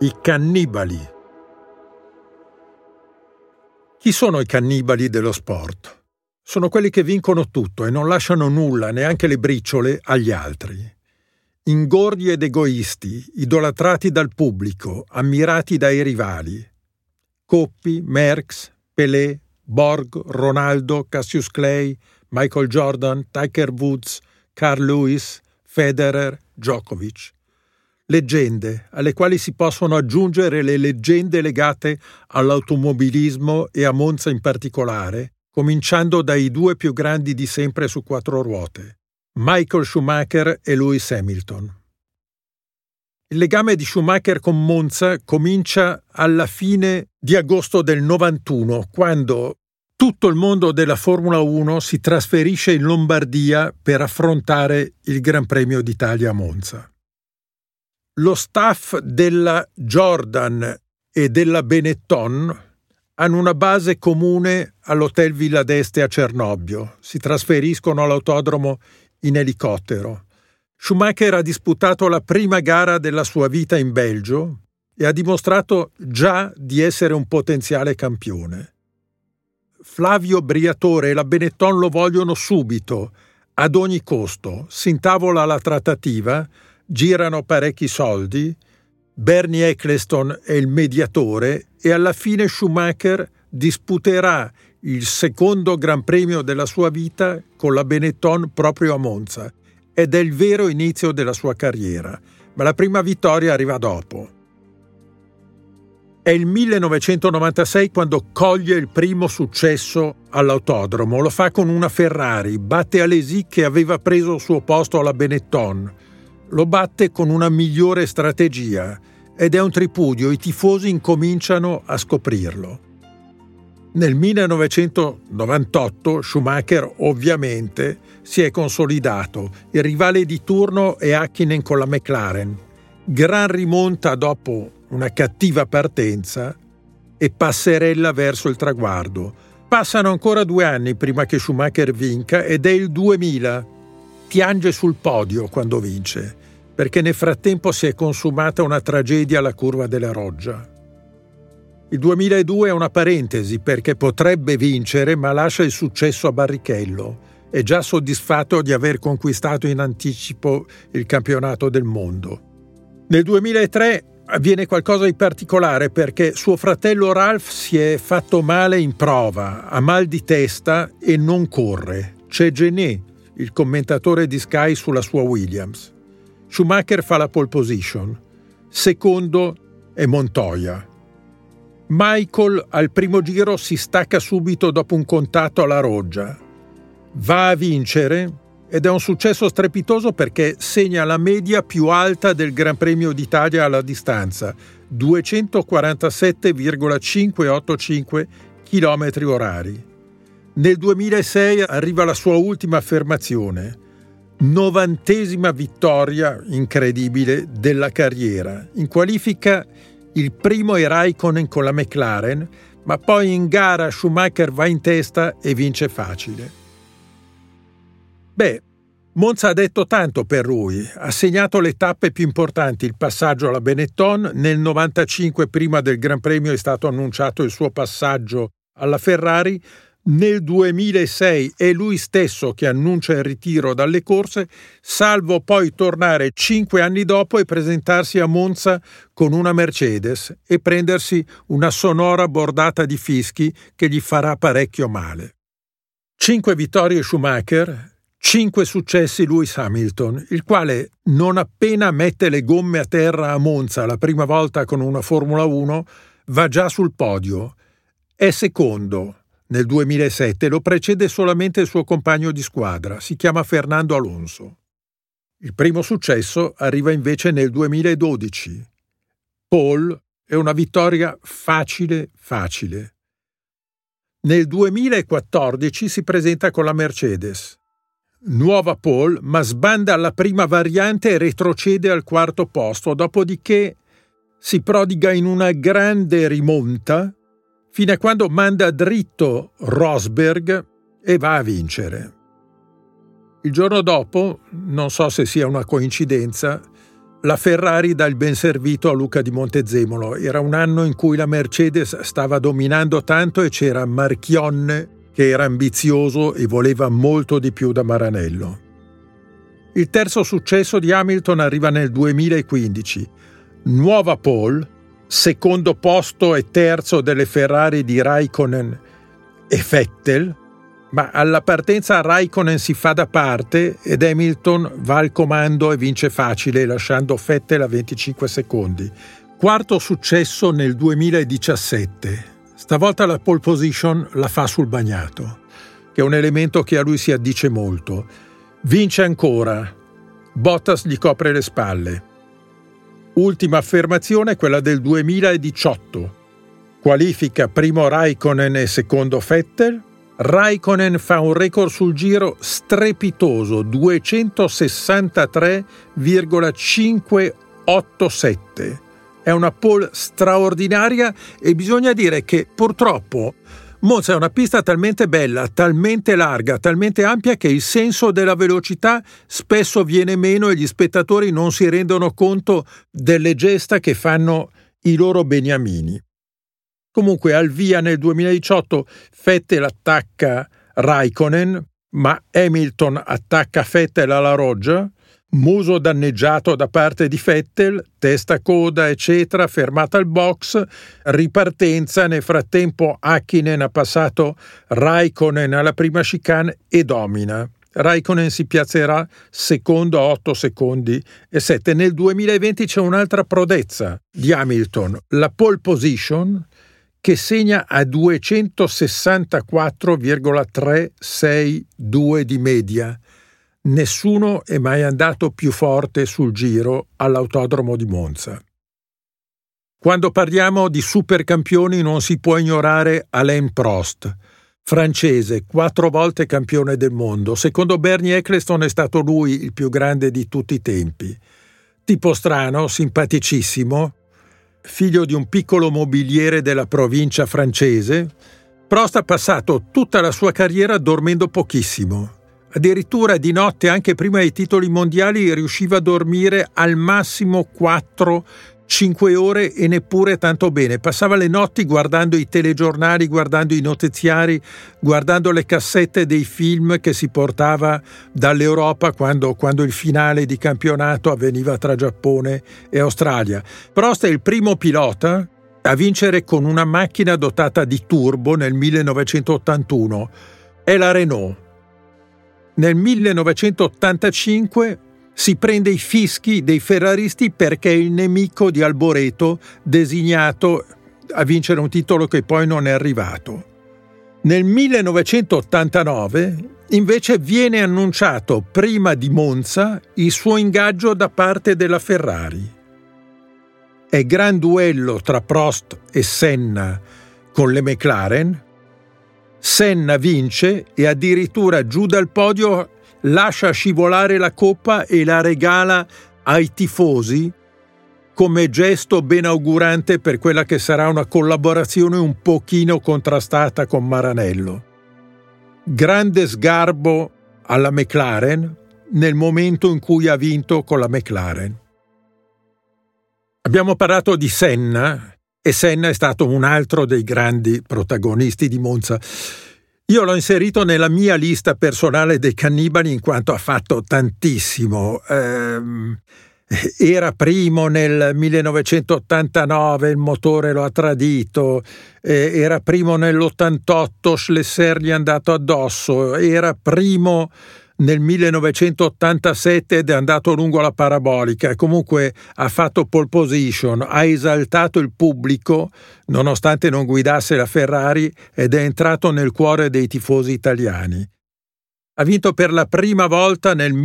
I cannibali. Chi sono i cannibali dello sport? Sono quelli che vincono tutto e non lasciano nulla, neanche le briciole, agli altri. Ingordi ed egoisti, idolatrati dal pubblico, ammirati dai rivali. Coppi, Merckx, Pelé, Borg, Ronaldo, Cassius Clay, Michael Jordan, Tiger Woods, Carl Lewis, Federer, Djokovic. Leggende, alle quali si possono aggiungere le leggende legate all'automobilismo e a Monza in particolare, cominciando dai due più grandi di sempre su quattro ruote, Michael Schumacher e Lewis Hamilton. Il legame di Schumacher con Monza comincia alla fine di agosto del 91, quando tutto il mondo della Formula 1 si trasferisce in Lombardia per affrontare il Gran Premio d'Italia a Monza. Lo staff della Jordan e della Benetton hanno una base comune all'Hotel Villa d'Este a Cernobbio. Si trasferiscono all'autodromo in elicottero. Schumacher ha disputato la prima gara della sua vita in Belgio e ha dimostrato già di essere un potenziale campione. Flavio Briatore e la Benetton lo vogliono subito, ad ogni costo. Si intavola la trattativa, girano parecchi soldi, Bernie Ecclestone è il mediatore e alla fine Schumacher disputerà il secondo Gran Premio della sua vita con la Benetton proprio a Monza ed è il vero inizio della sua carriera, ma la prima vittoria arriva dopo. È il 1996 quando coglie il primo successo all'autodromo, lo fa con una Ferrari, batte Alesi che aveva preso il suo posto alla Benetton. Lo batte con una migliore strategia ed è un tripudio, i tifosi incominciano a scoprirlo. Nel 1998 Schumacher ovviamente si è consolidato, il rivale di turno è Häkkinen con la McLaren. Gran rimonta dopo una cattiva partenza e passerella verso il traguardo. Passano ancora 2 anni prima che Schumacher vinca ed è il 2000. Piange sul podio quando vince, perché nel frattempo si è consumata una tragedia alla curva della Roggia. Il 2002 è una parentesi perché potrebbe vincere ma lascia il successo a Barrichello. È già soddisfatto di aver conquistato in anticipo il campionato del mondo. Nel 2003 avviene qualcosa di particolare perché suo fratello Ralph si è fatto male in prova, ha mal di testa e non corre. C'è Gené, il commentatore di Sky sulla sua Williams. Schumacher fa la pole position. Secondo è Montoya. Michael al primo giro si stacca subito dopo un contatto alla Roggia. Va a vincere ed è un successo strepitoso perché segna la media più alta del Gran Premio d'Italia alla distanza, 247,585 km/h. Nel 2006 arriva la sua ultima affermazione, 90ª vittoria incredibile della carriera. In qualifica il primo è Raikkonen con la McLaren, ma poi in gara Schumacher va in testa e vince facile. Monza ha detto tanto per lui, ha segnato le tappe più importanti, il passaggio alla Benetton, nel 95 prima del Gran Premio è stato annunciato il suo passaggio alla Ferrari, nel 2006 è lui stesso che annuncia il ritiro dalle corse, salvo poi tornare 5 anni dopo e presentarsi a Monza con una Mercedes e prendersi una sonora bordata di fischi che gli farà parecchio male. 5 vittorie Schumacher, 5 successi Lewis Hamilton, il quale non appena mette le gomme a terra a Monza la prima volta con una Formula 1 va già sul podio. È secondo. Nel 2007 lo precede solamente il suo compagno di squadra, si chiama Fernando Alonso. Il primo successo arriva invece nel 2012. Pole è una vittoria facile. Nel 2014 si presenta con la Mercedes. Nuova pole, ma sbanda alla prima variante e retrocede al 4º posto, dopodiché si prodiga in una grande rimonta fino a quando manda dritto Rosberg e va a vincere. Il giorno dopo, non so se sia una coincidenza, la Ferrari dà il ben servito a Luca di Montezemolo. Era un anno in cui la Mercedes stava dominando tanto e c'era Marchionne che era ambizioso e voleva molto di più da Maranello. Il terzo successo di Hamilton arriva nel 2015. Nuova pole, secondo posto e terzo delle Ferrari di Raikkonen e Vettel, ma alla partenza Raikkonen si fa da parte ed Hamilton va al comando e vince facile, lasciando Vettel a 25 secondi. Quarto successo nel 2017. Stavolta la pole position la fa sul bagnato, che è un elemento che a lui si addice molto. Vince ancora. Bottas gli copre le spalle. Ultima affermazione, quella del 2018. Qualifica primo Raikkonen e secondo Vettel. Raikkonen fa un record sul giro strepitoso, 263,587. È una pole straordinaria e bisogna dire che purtroppo Monza è una pista talmente bella, talmente larga, talmente ampia che il senso della velocità spesso viene meno e gli spettatori non si rendono conto delle gesta che fanno i loro beniamini. Comunque al via nel 2018 Vettel attacca Raikkonen, ma Hamilton attacca Vettel alla roggia, muso danneggiato da parte di Vettel, testa, coda, eccetera, fermata al box, ripartenza. Nel frattempo Häkkinen ha passato Raikkonen alla prima chicane e domina. Raikkonen si piazzerà secondo a 8 secondi e 7. Nel 2020 c'è un'altra prodezza di Hamilton, la pole position, che segna a 264,362 di media. Nessuno è mai andato più forte sul giro all'autodromo di Monza. Quando parliamo di supercampioni non si può ignorare Alain Prost, francese, 4 volte campione del mondo. Secondo Bernie Ecclestone è stato lui il più grande di tutti i tempi. Tipo strano, simpaticissimo, figlio di un piccolo mobiliere della provincia francese, Prost ha passato tutta la sua carriera dormendo pochissimo. Addirittura di notte, anche prima dei titoli mondiali, riusciva a dormire al massimo 4-5 ore e neppure tanto bene. Passava le notti guardando i telegiornali, guardando i notiziari, guardando le cassette dei film che si portava dall'Europa quando il finale di campionato avveniva tra Giappone e Australia. Prost è il primo pilota a vincere con una macchina dotata di turbo nel 1981. È la Renault. Nel 1985 si prende i fischi dei ferraristi perché è il nemico di Alboreto, designato a vincere un titolo che poi non è arrivato. Nel 1989 invece viene annunciato prima di Monza il suo ingaggio da parte della Ferrari. È gran duello tra Prost e Senna con le McLaren. Senna vince e addirittura giù dal podio lascia scivolare la coppa e la regala ai tifosi come gesto benaugurante per quella che sarà una collaborazione un pochino contrastata con Maranello. Grande sgarbo alla McLaren nel momento in cui ha vinto con la McLaren. Abbiamo parlato di Senna e Senna è stato un altro dei grandi protagonisti di Monza. Io l'ho inserito nella mia lista personale dei cannibali in quanto ha fatto tantissimo. Era primo nel 1989, il motore lo ha tradito, era primo nell'88, Schlesser gli è andato addosso, era primo nel 1987 ed è andato lungo la parabolica. Comunque ha fatto pole position, ha esaltato il pubblico nonostante non guidasse la Ferrari ed è entrato nel cuore dei tifosi italiani. Ha vinto per la prima volta nel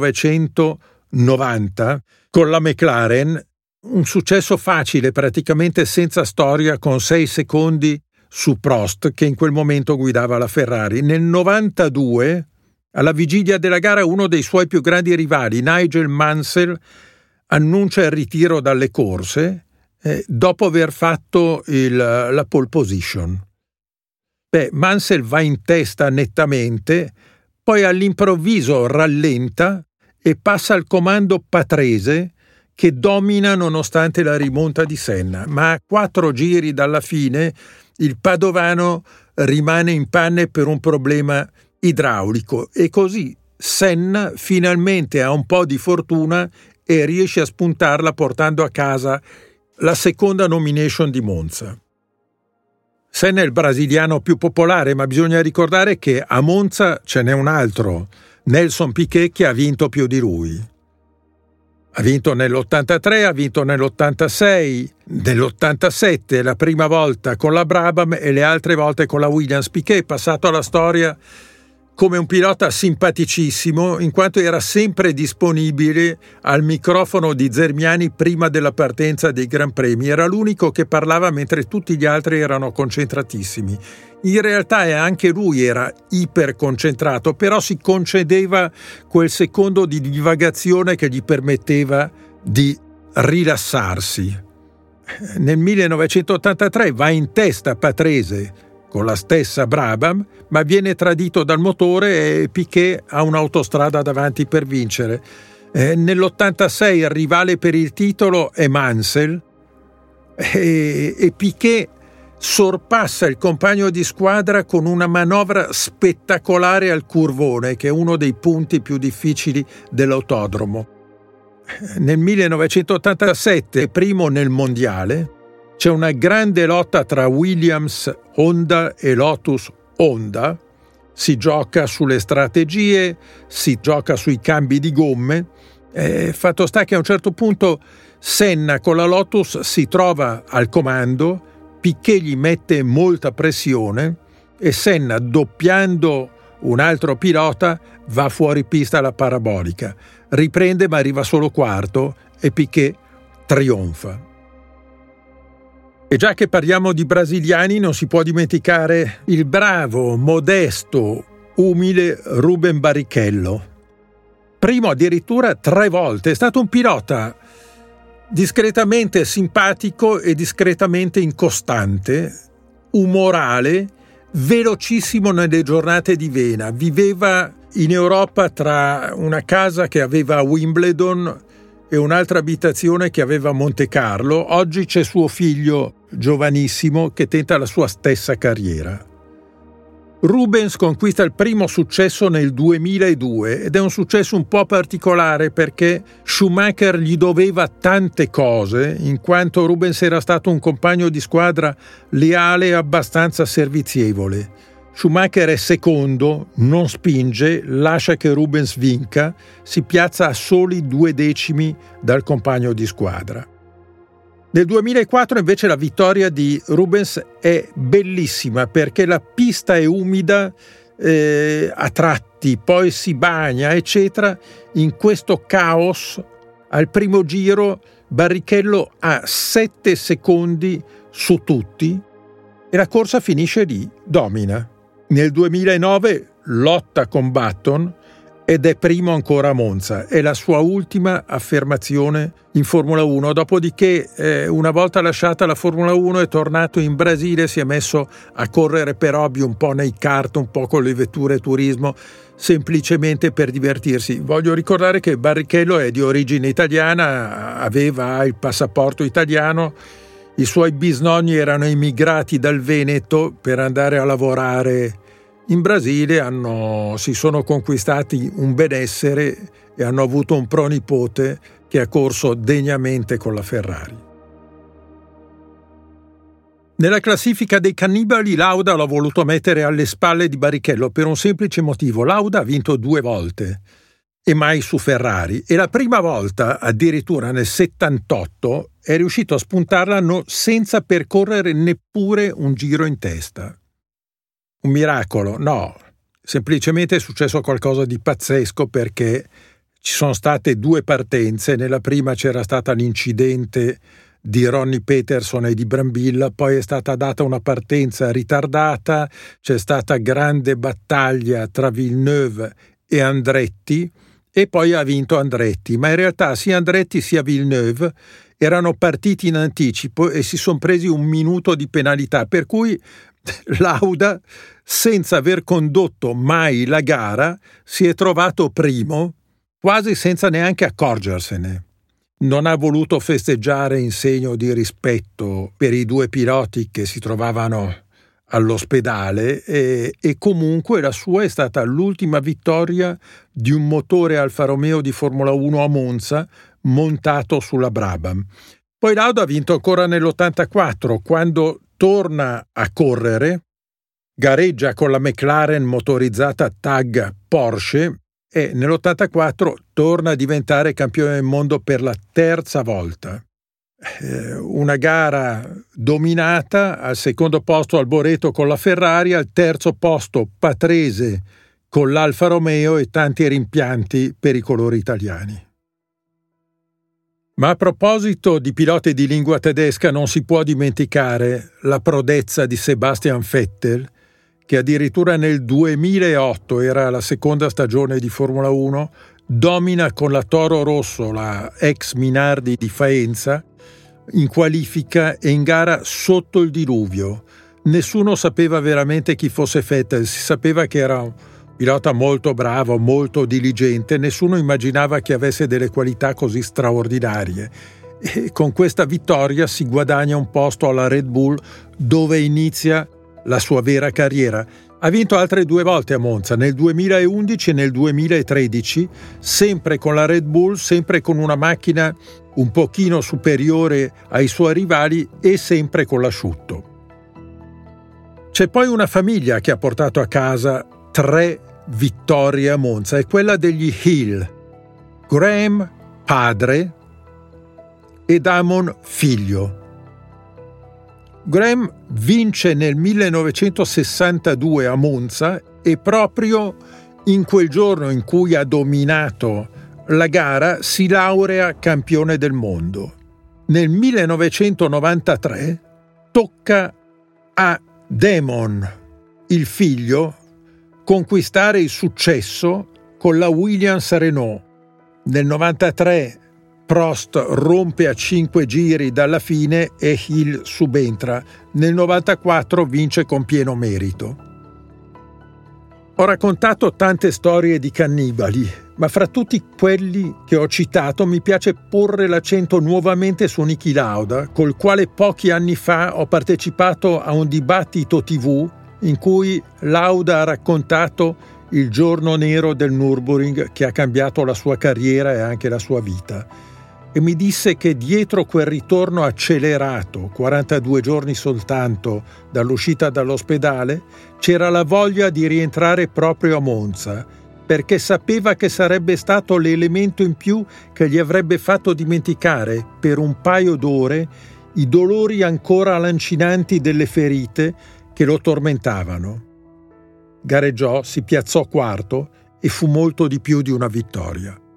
1990 con la McLaren, un successo facile, praticamente senza storia, con 6 secondi su Prost che in quel momento guidava la Ferrari. Nel 92, alla vigilia della gara, uno dei suoi più grandi rivali, Nigel Mansell, annuncia il ritiro dalle corse dopo aver fatto la pole position. Mansell va in testa nettamente, poi all'improvviso rallenta e passa al comando Patrese, che domina nonostante la rimonta di Senna, ma a 4 giri dalla fine il padovano rimane in panne per un problema idraulico e così Senna finalmente ha un po' di fortuna e riesce a spuntarla portando a casa la seconda nomination di Monza. Senna è il brasiliano più popolare, ma bisogna ricordare che a Monza ce n'è un altro, Nelson Piquet, che ha vinto più di lui. Ha vinto nell'83, ha vinto nell'86, nell'87 la prima volta con la Brabham e le altre volte con la Williams. Piquet è passato alla storia come un pilota simpaticissimo, in quanto era sempre disponibile al microfono di Zermiani prima della partenza dei Gran Premi. Era l'unico che parlava mentre tutti gli altri erano concentratissimi. In realtà anche lui era iperconcentrato, però si concedeva quel secondo di divagazione che gli permetteva di rilassarsi. Nel 1983 va in testa a Patrese con la stessa Brabham, ma viene tradito dal motore e Piquet ha un'autostrada davanti per vincere. Nell'86 il rivale per il titolo è Mansell e Piquet sorpassa il compagno di squadra con una manovra spettacolare al curvone, che è uno dei punti più difficili dell'autodromo. Nel 1987, primo nel mondiale, c'è una grande lotta tra Williams Honda e Lotus Honda. Si gioca sulle strategie, si gioca sui cambi di gomme. Fatto sta che a un certo punto Senna con la Lotus si trova al comando, Piquet gli mette molta pressione e Senna, doppiando un altro pilota, va fuori pista alla parabolica. Riprende ma arriva solo quarto e Piquet trionfa. E già che parliamo di brasiliani, non si può dimenticare il bravo, modesto, umile Rubén Barrichello. Primo addirittura 3 volte, è stato un pilota discretamente simpatico e discretamente incostante, umorale, velocissimo nelle giornate di vena. Viveva in Europa tra una casa che aveva a Wimbledon e un'altra abitazione che aveva a Monte Carlo. Oggi c'è suo figlio giovanissimo che tenta la sua stessa carriera. Rubens conquista il primo successo nel 2002 ed è un successo un po' particolare perché Schumacher gli doveva tante cose, in quanto Rubens era stato un compagno di squadra leale e abbastanza servizievole. Schumacher è secondo, non spinge, lascia che Rubens vinca, si piazza a soli 2 decimi dal compagno di squadra. Nel 2004 invece la vittoria di Rubens è bellissima perché la pista è umida a tratti, poi si bagna, eccetera. In questo caos, al primo giro, Barrichello ha 7 secondi su tutti e la corsa finisce lì, domina. Nel 2009 lotta con Button ed è primo ancora a Monza. È la sua ultima affermazione in Formula 1. Dopodiché, una volta lasciata la Formula 1, è tornato in Brasile, si è messo a correre per hobby, un po' nei kart, un po' con le vetture turismo, semplicemente per divertirsi. Voglio ricordare che Barrichello è di origine italiana, aveva il passaporto italiano, i suoi bisnonni erano immigrati dal Veneto per andare a lavorare in Brasile, si sono conquistati un benessere e hanno avuto un pronipote che ha corso degnamente con la Ferrari. Nella classifica dei cannibali Lauda l'ho voluto mettere alle spalle di Barrichello per un semplice motivo. Lauda ha vinto 2 volte e mai su Ferrari, e la prima volta, addirittura nel 78, è riuscito a spuntarla senza percorrere neppure un giro in testa. Un miracolo? No, semplicemente è successo qualcosa di pazzesco perché ci sono state 2 partenze. Nella prima c'era stato l'incidente di Ronnie Peterson e di Brambilla, poi è stata data una partenza ritardata, c'è stata grande battaglia tra Villeneuve e Andretti e poi ha vinto Andretti, ma in realtà sia Andretti sia Villeneuve erano partiti in anticipo e si sono presi 1 minuto di penalità, per cui Lauda, senza aver condotto mai la gara, si è trovato primo, quasi senza neanche accorgersene. non ha voluto festeggiare in segno di rispetto per i 2 piloti che si trovavano all'ospedale e comunque la sua è stata l'ultima vittoria di un motore Alfa Romeo di Formula 1 a Monza montato sulla Brabham. Poi Lauda ha vinto ancora nell'84 quando torna a correre, gareggia con la McLaren motorizzata TAG Porsche e nell'84 torna a diventare campione del mondo per la 3ª volta. Una gara dominata, al 2° posto Alboreto con la Ferrari, al 3° posto Patrese con l'Alfa Romeo e tanti rimpianti per i colori italiani. Ma a proposito di piloti di lingua tedesca non si può dimenticare la prodezza di Sebastian Vettel, che addirittura nel 2008, era la 2ª stagione di Formula 1, domina con la Toro Rosso, la ex Minardi di Faenza, in qualifica e in gara sotto il diluvio. Nessuno sapeva veramente chi fosse Vettel, si sapeva che era un pilota molto bravo, molto diligente, nessuno immaginava che avesse delle qualità così straordinarie. E con questa vittoria si guadagna un posto alla Red Bull, dove inizia la sua vera carriera. Ha vinto altre 2 volte a Monza, nel 2011 e nel 2013, sempre con la Red Bull, sempre con una macchina un pochino superiore ai suoi rivali e sempre con l'asciutto. C'è poi una famiglia che ha portato a casa 3 vittorie a Monza, è quella degli Hill, Graham padre e Damon figlio. Graham vince nel 1962 a Monza e proprio in quel giorno in cui ha dominato la gara si laurea campione del mondo. Nel 1993 tocca a Damon, il figlio, conquistare il successo con la Williams-Renault. Nel 93 Prost rompe a 5 giri dalla fine e Hill subentra. Nel 94 vince con pieno merito. Ho raccontato tante storie di cannibali, ma fra tutti quelli che ho citato mi piace porre l'accento nuovamente su Niki Lauda, col quale pochi anni fa ho partecipato a un dibattito TV in cui Lauda ha raccontato il giorno nero del Nürburgring che ha cambiato la sua carriera e anche la sua vita. E mi disse che dietro quel ritorno accelerato, 42 giorni soltanto dall'uscita dall'ospedale, c'era la voglia di rientrare proprio a Monza, perché sapeva che sarebbe stato l'elemento in più che gli avrebbe fatto dimenticare per un paio d'ore i dolori ancora lancinanti delle ferite che lo tormentavano. Gareggiò, si piazzò 4º e fu molto di più di una vittoria.